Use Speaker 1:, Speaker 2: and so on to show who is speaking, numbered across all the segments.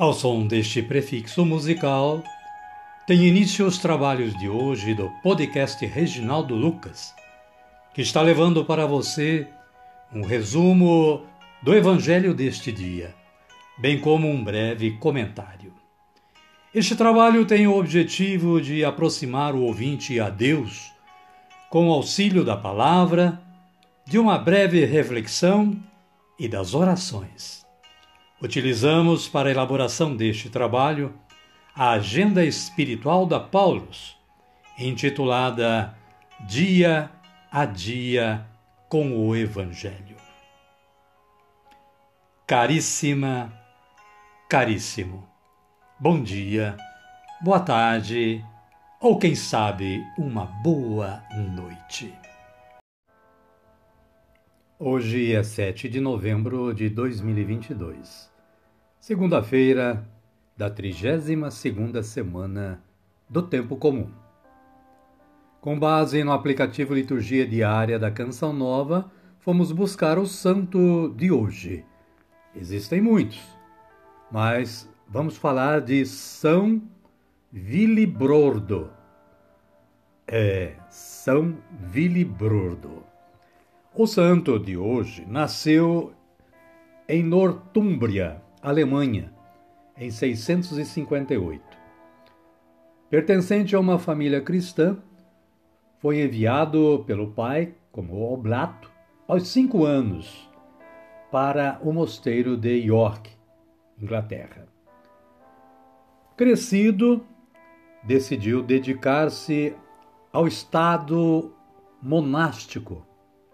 Speaker 1: Ao som deste prefixo musical, tem início os trabalhos de hoje do podcast Reginaldo Lucas, que está levando para você um resumo do Evangelho deste dia, bem como um breve comentário. Este trabalho tem o objetivo de aproximar o ouvinte a Deus, com o auxílio da palavra, de uma breve reflexão e das orações. Utilizamos para a elaboração deste trabalho a Agenda Espiritual da Paulus, intitulada Dia a Dia com o Evangelho. Caríssima, caríssimo, bom dia, boa tarde ou quem sabe uma boa noite. Hoje é 7 de novembro de 2022, segunda-feira da 32ª semana do Tempo Comum. Com base no aplicativo Liturgia Diária da Canção Nova, fomos buscar o santo de hoje. Existem muitos, mas vamos falar de São Willibrordo. São Willibrordo. O santo de hoje nasceu em Nortúmbria, Alemanha, em 658. Pertencente a uma família cristã, foi enviado pelo pai, como oblato, aos 5 anos, para o mosteiro de York, Inglaterra. Crescido, decidiu dedicar-se ao estado monástico.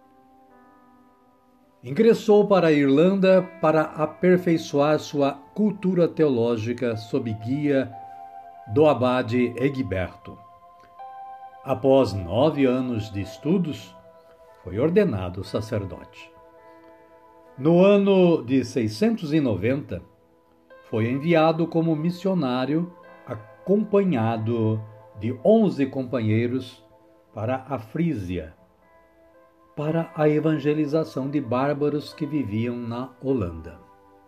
Speaker 1: Ingressou para a Irlanda para aperfeiçoar sua cultura teológica sob guia do abade Egberto. Após 9 anos de estudos, foi ordenado sacerdote. No ano de 690, foi enviado como missionário acompanhado de 11 companheiros para a Frísia, para a evangelização de bárbaros que viviam na Holanda.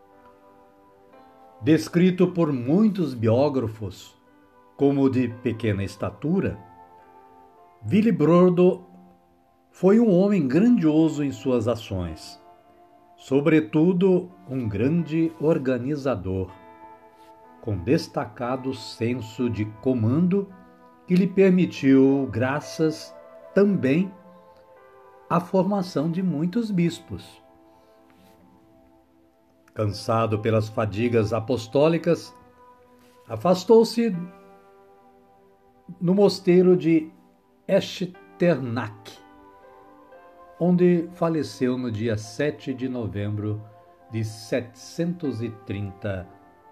Speaker 1: Descrito por muitos biógrafos como de pequena estatura, Willibrordo foi um homem grandioso em suas ações, sobretudo um grande organizador, com destacado senso de comando que lhe permitiu, graças também a formação de muitos bispos. Cansado pelas fadigas apostólicas, afastou-se no mosteiro de Echternach, onde faleceu no dia 7 de novembro de 739.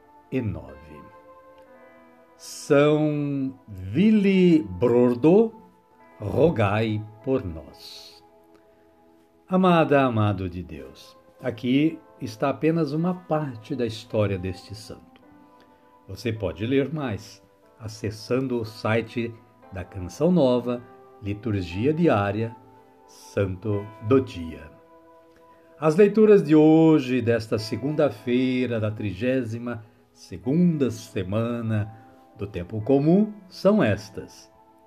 Speaker 1: São Willibrordo, rogai por nós. Amada, amado de Deus, aqui está apenas uma parte da história deste santo. Você pode ler mais acessando o site da Canção Nova, Liturgia Diária, Santo do Dia. As leituras de hoje, desta segunda-feira da 32ª semana do Tempo Comum, são estas.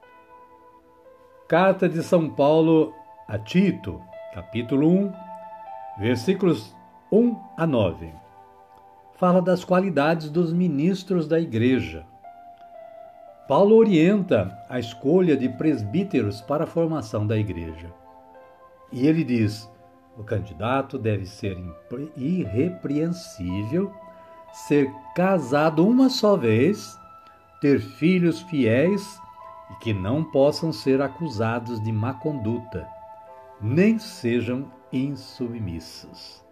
Speaker 1: Carta de São Paulo a Tito, capítulo 1, versículos 1 a 9. Fala das qualidades dos ministros da igreja. Paulo orienta a escolha de presbíteros para a formação da igreja. E ele diz: o candidato deve ser irrepreensível, ser casado uma só vez, ter filhos fiéis e que não possam ser acusados de má conduta, nem sejam insubmissos.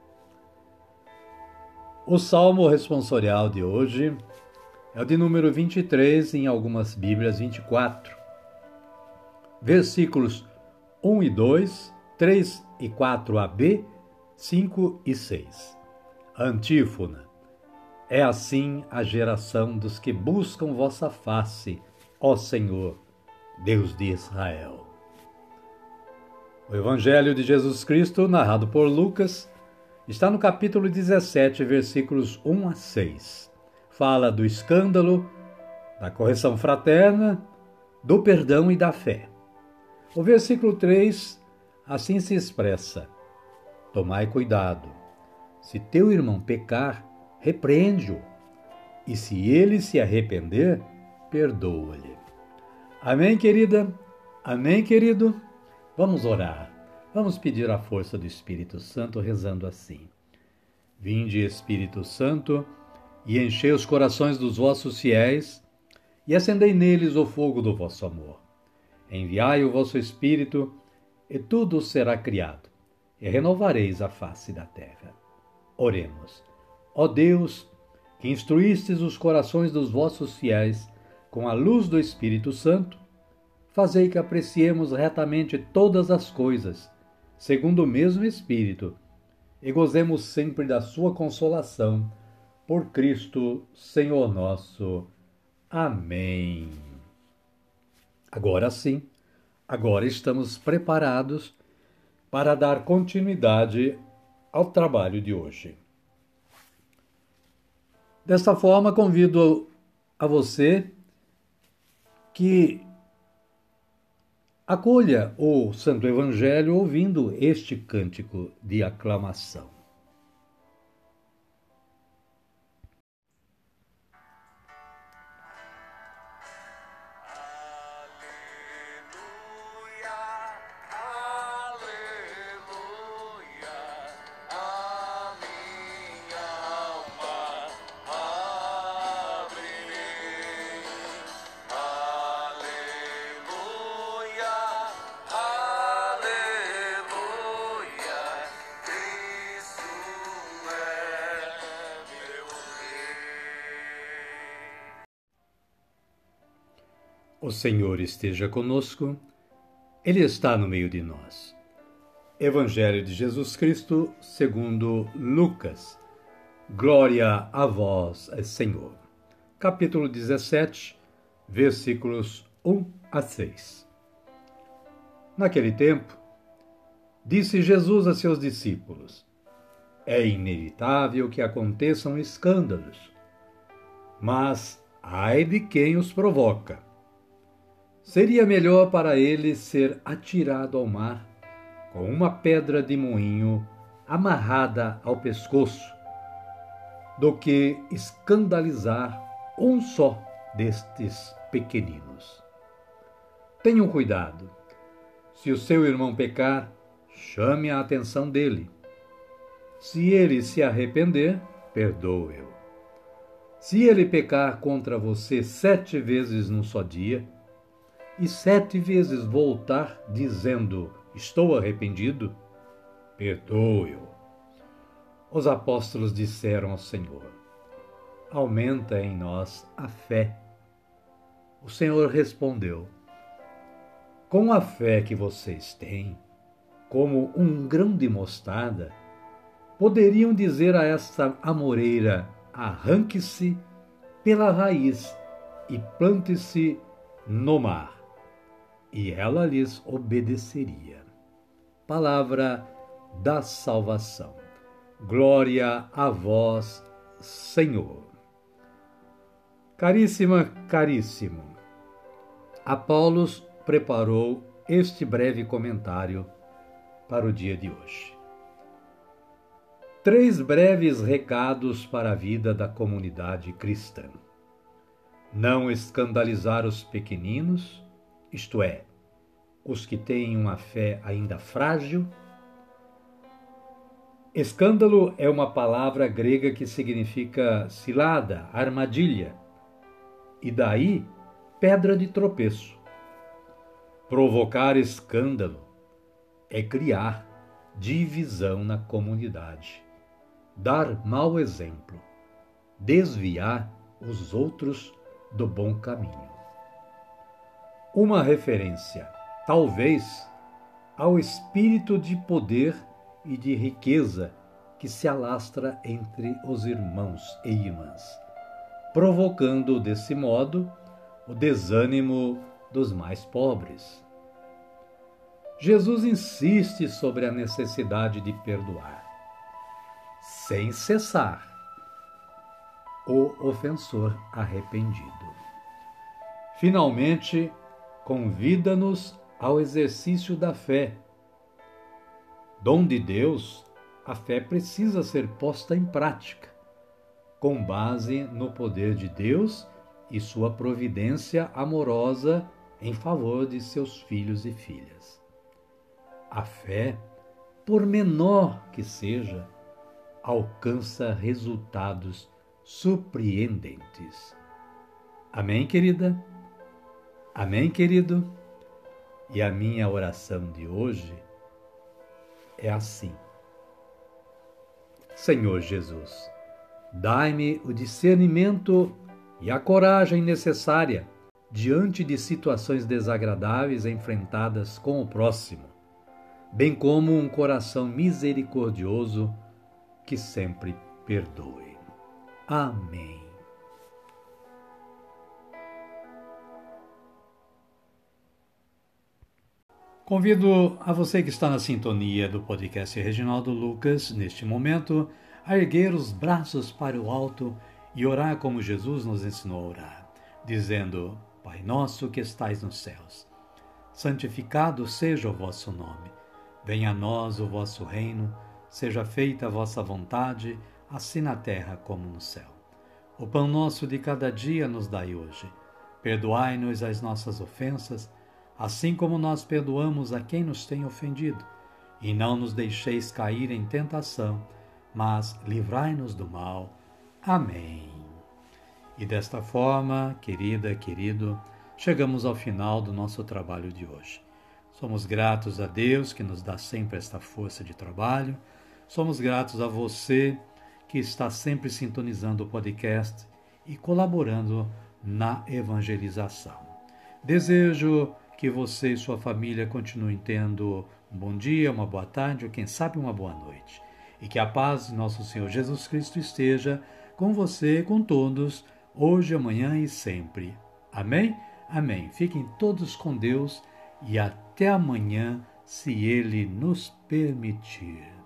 Speaker 1: O salmo responsorial de hoje é o de número 23, em algumas Bíblias 24. Versículos 1 e 2, 3 e 4ab, 5 e 6. Antífona. É assim a geração dos que buscam vossa face, ó Senhor, Deus de Israel. O Evangelho de Jesus Cristo, narrado por Lucas, está no capítulo 17, versículos 1 a 6. fala do escândalo, da correção fraterna, do perdão e da fé. O versículo 3 assim se expressa: tomai cuidado, se teu irmão pecar, repreende-o, e se ele se arrepender, perdoa-lhe. Amém, querida? Amém, querido? Vamos orar. Vamos pedir a força do Espírito Santo rezando assim: vinde, Espírito Santo, e enchei os corações dos vossos fiéis, e acendei neles o fogo do vosso amor. Enviai o vosso Espírito, e tudo será criado, e renovareis a face da terra. Oremos. Ó Deus, que instruístes os corações dos vossos fiéis com a luz do Espírito Santo, fazei que apreciemos retamente todas as coisas, segundo o mesmo Espírito, e gozemos sempre da sua consolação, por Cristo, Senhor nosso. Amém. Agora sim, agora estamos preparados para dar continuidade ao trabalho de hoje. Desta forma, convido a você que acolha o Santo Evangelho ouvindo este cântico de aclamação. O Senhor esteja conosco, Ele está no meio de nós. Evangelho de Jesus Cristo, segundo Lucas. Glória a vós, Senhor. Capítulo 17, versículos 1 a 6. Naquele tempo, disse Jesus a seus discípulos: é inevitável que aconteçam escândalos, mas ai de quem os provoca. Seria melhor para ele ser atirado ao mar com uma pedra de moinho amarrada ao pescoço, do que escandalizar um só destes pequeninos. Tenham cuidado. Se o seu irmão pecar, chame a atenção dele. Se ele se arrepender, perdoe-o. Se ele pecar contra você 7 vezes num só dia, e 7 vezes voltar dizendo: estou arrependido, perdoe-o. Os apóstolos disseram ao Senhor: aumenta em nós a fé. O Senhor respondeu: com a fé que vocês têm, como um grão de mostarda, poderiam dizer a esta amoreira: arranque-se pela raiz e plante-se no mar, e ela lhes obedeceria. Palavra da salvação. Glória a vós, Senhor. Caríssima, caríssimo, Apolos preparou este breve comentário para o dia de hoje. 3 breves recados para a vida da comunidade cristã. Não escandalizar os pequeninos, isto é, os que têm uma fé ainda frágil. Escândalo é uma palavra grega que significa cilada, armadilha, e daí pedra de tropeço. Provocar escândalo é criar divisão na comunidade, dar mau exemplo, desviar os outros do bom caminho. Uma referência, talvez, ao espírito de poder e de riqueza que se alastra entre os irmãos e irmãs, provocando desse modo o desânimo dos mais pobres. Jesus insiste sobre a necessidade de perdoar, sem cessar. o ofensor arrependido. Finalmente, convida-nos ao exercício da fé. Dom de Deus, a fé precisa ser posta em prática, com base no poder de Deus e sua providência amorosa em favor de seus filhos e filhas. A fé, por menor que seja, alcança resultados surpreendentes. Amém, querida? Amém, querido? E a minha oração de hoje é assim: Senhor Jesus, dai-me o discernimento e a coragem necessária diante de situações desagradáveis enfrentadas com o próximo, bem como um coração misericordioso que sempre perdoe. Amém. Convido a você que está na sintonia do podcast Reginaldo Lucas, neste momento, a erguer os braços para o alto e orar como Jesus nos ensinou a orar, dizendo: Pai nosso que estais nos céus, santificado seja o vosso nome. Venha a nós o vosso reino, seja feita a vossa vontade, assim na terra como no céu. O pão nosso de cada dia nos dai hoje. Perdoai-nos as nossas ofensas, assim como nós perdoamos a quem nos tem ofendido. E não nos deixeis cair em tentação, mas livrai-nos do mal. Amém. E desta forma, querida, querido, chegamos ao final do nosso trabalho de hoje. Somos gratos a Deus que nos dá sempre esta força de trabalho. Somos gratos a você que está sempre sintonizando o podcast e colaborando na evangelização. Desejo que você e sua família continuem tendo um bom dia, uma boa tarde ou quem sabe uma boa noite. E que a paz de nosso Senhor Jesus Cristo esteja com você, com todos, hoje, amanhã e sempre. Amém? Amém. Fiquem todos com Deus e até amanhã, se Ele nos permitir.